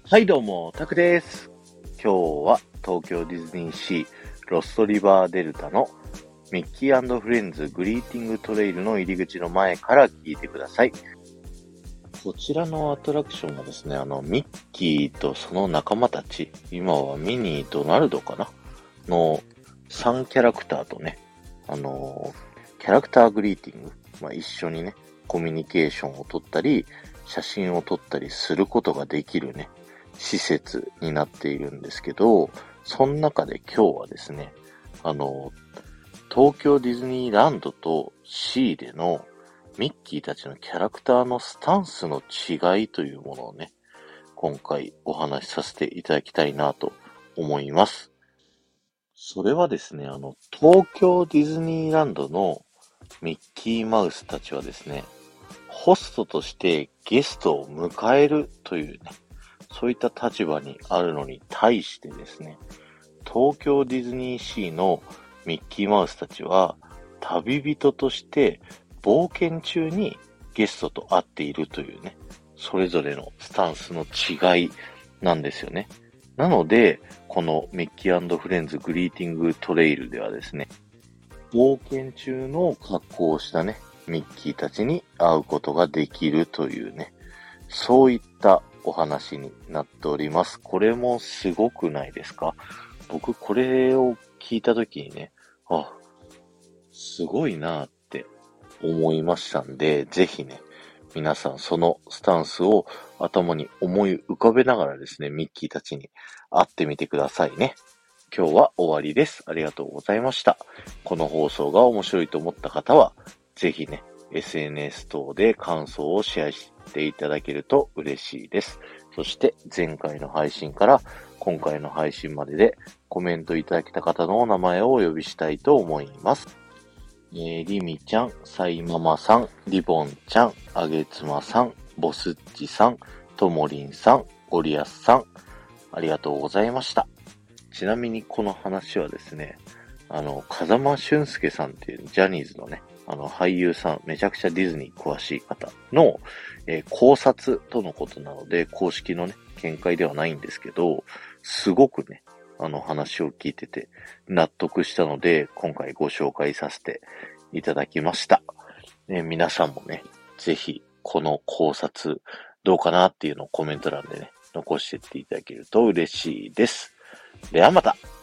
はいどうも、タクです。今日は東京ディズニーシーロストリバーデルタのミッキー&フレンズグリーティングトレイルの入り口の前から聞いてください。こちらのアトラクションはですね、ミッキーとその仲間たち、今はミニー、ドナルドかなの3キャラクターとね、キャラクターグリーティング、一緒にね、コミュニケーションを取ったり、写真を撮ったりすることができるね、施設になっているんですけど、その中で今日はですね、東京ディズニーランドとシーでのミッキーたちのキャラクターのスタンスの違いというものをね、今回お話しさせていただきたいなと思います。それはですね、東京ディズニーランドのミッキーマウスたちはですね、ホストとしてゲストを迎えるというね、そういった立場にあるのに対してですね、東京ディズニーシーのミッキーマウスたちは旅人として冒険中にゲストと会っているというね、それぞれのスタンスの違いなんですよね。なので、このミッキー&フレンズグリーティングトレイルではですね、冒険中の格好をしたね、ミッキーたちに会うことができるというね、そういったお話になっております。これもすごくないですか？僕これを聞いたときにね、すごいなって思いましたんで、ぜひね、皆さんそのスタンスを頭に思い浮かべながらですね、ミッキーたちに会ってみてくださいね。今日は終わりです。ありがとうございました。この放送が面白いと思った方は、ぜひね、SNS 等で感想をシェアしていただけると嬉しいです。そして前回の配信から今回の配信まででコメントいただけた方のお名前をお呼びしたいと思います。りみちゃん、さいママさん、りぼんちゃん、あげつまさん、ぼすっちさん、ともりんさん、ゴリアスさん、ありがとうございました。ちなみにこの話はですね、風間俊介さんっていうジャニーズのね、俳優さん、めちゃくちゃディズニー詳しい方の、考察とのことなので、公式のね、見解ではないんですけど、すごくね、話を聞いてて納得したので、今回ご紹介させていただきました。皆さんもね、ぜひ、この考察、どうかなっていうのをコメント欄でね、残していっていただけると嬉しいです。ではまた。